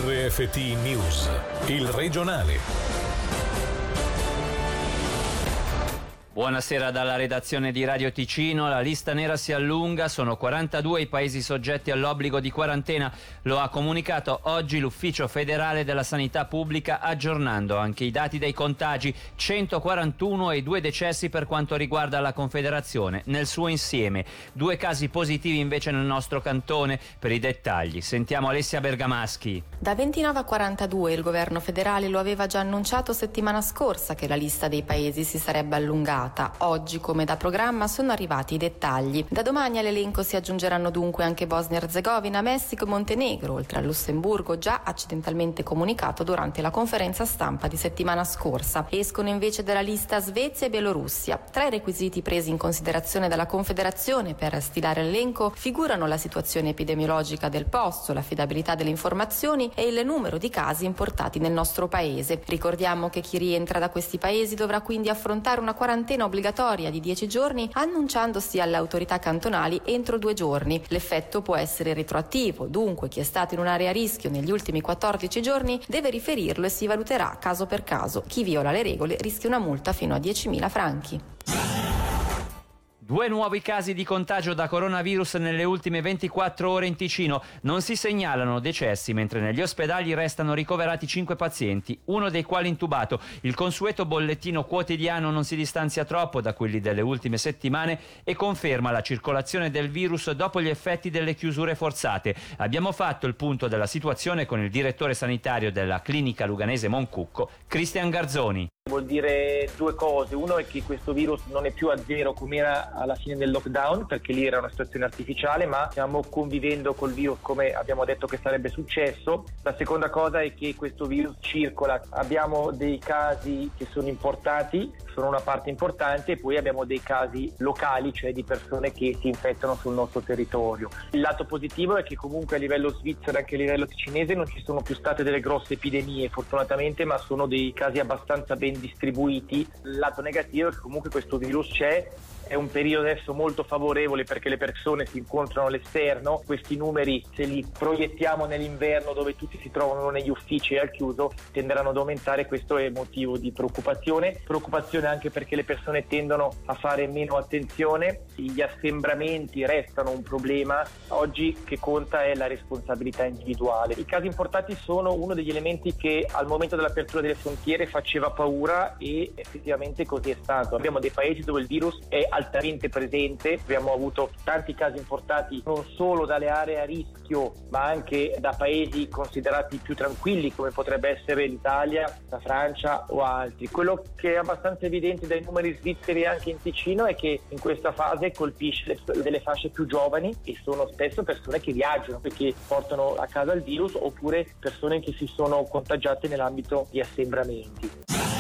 RFT News, il regionale. Buonasera dalla redazione di Radio Ticino. La lista nera si allunga, sono 42 i paesi soggetti all'obbligo di quarantena. Lo ha comunicato oggi l'Ufficio federale della sanità pubblica, aggiornando anche i dati dei contagi: 141 e 2 decessi per quanto riguarda la Confederazione nel suo insieme. 2 casi positivi invece nel nostro cantone. Per i dettagli sentiamo Alessia Bergamaschi. Da 29 a 42 il governo federale lo aveva già annunciato settimana scorsa che la lista dei paesi si sarebbe allungata. Oggi, come da programma, sono arrivati i dettagli. Da domani all'elenco si aggiungeranno dunque anche Bosnia e Erzegovina, Messico e Montenegro, oltre a Lussemburgo, già accidentalmente comunicato durante la conferenza stampa di settimana scorsa. Escono invece dalla lista Svezia e Bielorussia. Tra i requisiti presi in considerazione dalla Confederazione per stilare l'elenco figurano la situazione epidemiologica del posto, l'affidabilità delle informazioni e il numero di casi importati nel nostro paese. Ricordiamo che chi rientra da questi paesi dovrà quindi affrontare una quarantena obbligatoria di 10 giorni, annunciandosi alle autorità cantonali entro 2 giorni. L'effetto può essere retroattivo, dunque chi è stato in un'area a rischio negli ultimi 14 giorni deve riferirlo e si valuterà caso per caso. Chi viola le regole rischia una multa fino a 10.000 franchi. 2 nuovi casi di contagio da coronavirus nelle ultime 24 ore in Ticino. Non si segnalano decessi, mentre negli ospedali restano ricoverati 5 pazienti, uno dei quali intubato. Il consueto bollettino quotidiano non si distanzia troppo da quelli delle ultime settimane e conferma la circolazione del virus dopo gli effetti delle chiusure forzate. Abbiamo fatto il punto della situazione con il direttore sanitario della clinica luganese Moncucco, Cristian Garzoni. Vuol dire 2 cose: uno è che questo virus non è più a zero come era alla fine del lockdown, perché lì era una situazione artificiale, ma stiamo convivendo col virus come abbiamo detto che sarebbe successo. La seconda cosa è che questo virus circola, abbiamo dei casi che sono importati, sono una parte importante, e poi abbiamo dei casi locali, cioè di persone che si infettano sul nostro territorio. Il lato positivo è che comunque a livello svizzero e anche a livello ticinese non ci sono più state delle grosse epidemie fortunatamente, ma sono dei casi abbastanza ben distribuiti. Il lato negativo è che comunque questo virus c'è. È un periodo adesso molto favorevole perché le persone si incontrano all'esterno. Questi numeri, se li proiettiamo nell'inverno dove tutti si trovano negli uffici e al chiuso, tenderanno ad aumentare. Questo è motivo di preoccupazione anche perché le persone tendono a fare meno attenzione. Gli assembramenti restano un problema. Oggi che conta è la responsabilità individuale. I casi importati sono uno degli elementi che al momento dell'apertura delle frontiere faceva paura, e effettivamente così è stato. Abbiamo dei paesi dove il virus è altamente presente, abbiamo avuto tanti casi importati non solo dalle aree a rischio ma anche da paesi considerati più tranquilli come potrebbe essere l'Italia, la Francia o altri. Quello che è abbastanza evidente dai numeri svizzeri anche in Ticino è che in questa fase colpisce delle fasce più giovani, e sono spesso persone che viaggiano perché portano a casa il virus, oppure persone che si sono contagiate nell'ambito di assembramenti.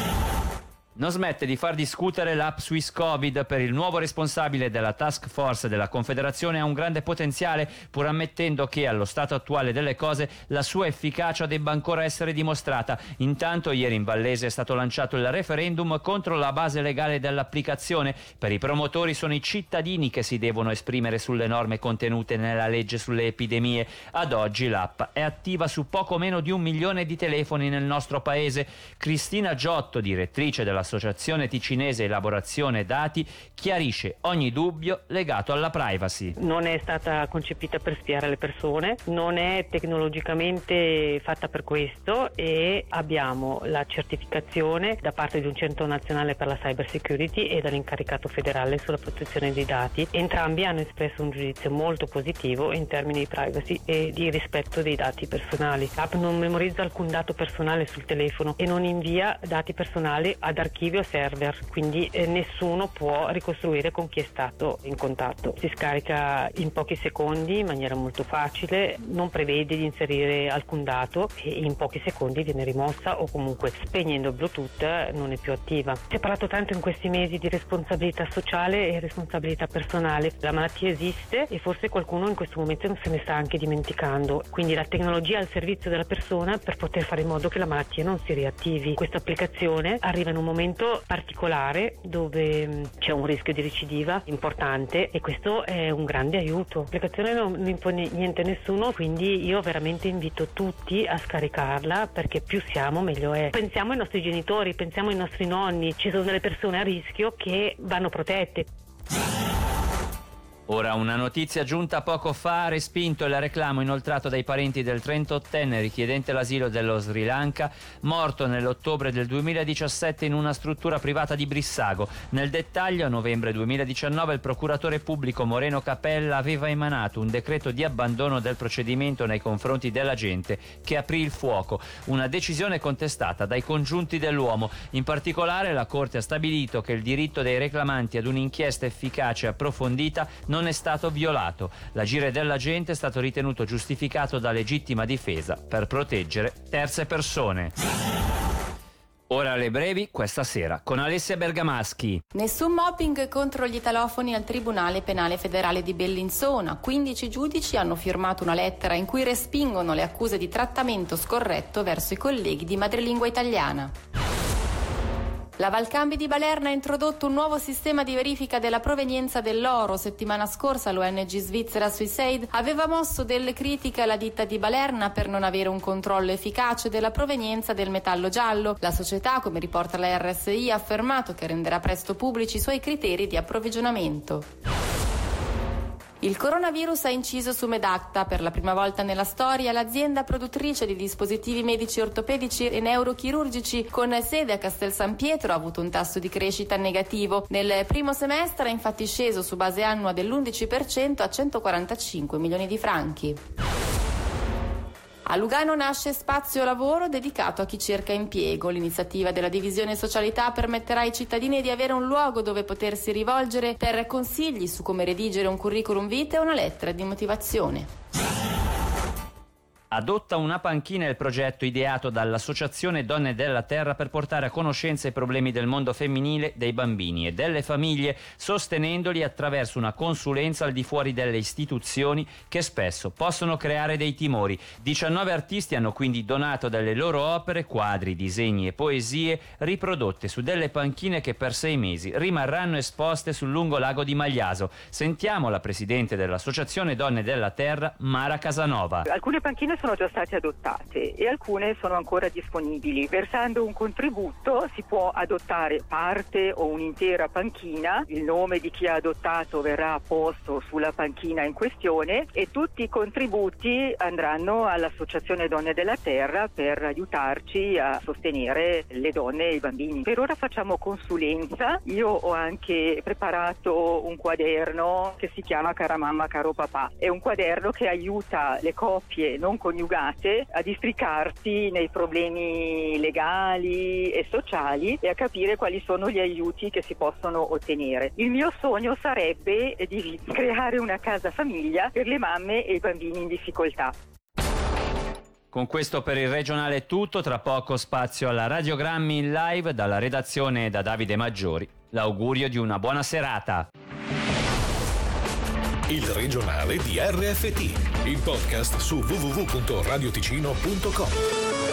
Non smette di far discutere l'app Swiss Covid. Per il nuovo responsabile della task force della Confederazione ha un grande potenziale, pur ammettendo che allo stato attuale delle cose la sua efficacia debba ancora essere dimostrata. Intanto ieri in Vallese è stato lanciato il referendum contro la base legale dell'applicazione. Per i promotori sono i cittadini che si devono esprimere sulle norme contenute nella legge sulle epidemie. Ad oggi l'app è attiva su poco meno di 1 milione di telefoni nel nostro paese. Cristina Giotto, direttrice dell'Associazione Ticinese Elaborazione Dati, chiarisce ogni dubbio legato alla privacy. Non è stata concepita per spiare le persone, non è tecnologicamente fatta per questo, e abbiamo la certificazione da parte di un centro nazionale per la cyber security e dall'incaricato federale sulla protezione dei dati. Entrambi hanno espresso un giudizio molto positivo in termini di privacy e di rispetto dei dati personali. L'app non memorizza alcun dato personale sul telefono e non invia dati personali ad archivio server, quindi nessuno può ricostruire con chi è stato in contatto. Si scarica in pochi secondi in maniera molto facile, non prevede di inserire alcun dato e in pochi secondi viene rimossa, o comunque spegnendo il Bluetooth non è più attiva. Si è parlato tanto in questi mesi di responsabilità sociale e responsabilità personale. La malattia esiste e forse qualcuno in questo momento se ne sta anche dimenticando, quindi la tecnologia al servizio della persona per poter fare in modo che la malattia non si riattivi. Questa applicazione arriva in un momento momento particolare dove c'è un rischio di recidiva importante e questo è un grande aiuto. L'applicazione non impone niente a nessuno, quindi io veramente invito tutti a scaricarla perché più siamo meglio è. Pensiamo ai nostri genitori, pensiamo ai nostri nonni, ci sono delle persone a rischio che vanno protette. Ora una notizia giunta poco fa: ha respinto il reclamo inoltrato dai parenti del 38enne richiedente l'asilo dello Sri Lanka, morto nell'ottobre del 2017 in una struttura privata di Brissago. Nel dettaglio, a novembre 2019 il procuratore pubblico Moreno Capella aveva emanato un decreto di abbandono del procedimento nei confronti dell'agente che aprì il fuoco, una decisione contestata dai congiunti dell'uomo. In particolare la Corte ha stabilito che il diritto dei reclamanti ad un'inchiesta efficace e approfondita non è stato violato. L'agire dell'agente è stato ritenuto giustificato da legittima difesa per proteggere terze persone. Ora le brevi questa sera con Alessia Bergamaschi. Nessun mobbing contro gli italofoni al Tribunale Penale Federale di Bellinzona. 15 giudici hanno firmato una lettera in cui respingono le accuse di trattamento scorretto verso i colleghi di madrelingua italiana. La Valcambi di Balerna ha introdotto un nuovo sistema di verifica della provenienza dell'oro. Settimana scorsa l'ONG svizzera Swissaid aveva mosso delle critiche alla ditta di Balerna per non avere un controllo efficace della provenienza del metallo giallo. La società, come riporta la RSI, ha affermato che renderà presto pubblici i suoi criteri di approvvigionamento. Il coronavirus ha inciso su Medacta. Per la prima volta nella storia l'azienda produttrice di dispositivi medici ortopedici e neurochirurgici con sede a Castel San Pietro ha avuto un tasso di crescita negativo. Nel primo semestre è infatti sceso su base annua dell'11% a 145 milioni di franchi. A Lugano nasce Spazio Lavoro dedicato a chi cerca impiego. L'iniziativa della divisione socialità permetterà ai cittadini di avere un luogo dove potersi rivolgere per consigli su come redigere un curriculum vitae e una lettera di motivazione. Adotta una panchina il progetto ideato dall'Associazione Donne della Terra per portare a conoscenza i problemi del mondo femminile, dei bambini e delle famiglie, sostenendoli attraverso una consulenza al di fuori delle istituzioni che spesso possono creare dei timori. 19 artisti hanno quindi donato delle loro opere, quadri, disegni e poesie riprodotte su delle panchine che per 6 mesi rimarranno esposte sul lungolago di Magliaso. Sentiamo la presidente dell'Associazione Donne della Terra, Mara Casanova. Alcune panchine sono già state adottate e alcune sono ancora disponibili. Versando un contributo si può adottare parte o un'intera panchina, il nome di chi ha adottato verrà posto sulla panchina in questione e tutti i contributi andranno all'Associazione Donne della Terra per aiutarci a sostenere le donne e i bambini. Per ora facciamo consulenza, io ho anche preparato un quaderno che si chiama Cara mamma, caro papà, è un quaderno che aiuta le coppie non coniugate a districarsi nei problemi legali e sociali e a capire quali sono gli aiuti che si possono ottenere. Il mio sogno sarebbe di creare una casa famiglia per le mamme e i bambini in difficoltà. Con questo per il regionale è tutto, tra poco spazio alla Radiogrammi in live dalla redazione da Davide Maggiori. L'augurio di una buona serata. Il regionale di RFT, il podcast su www.radioticino.com.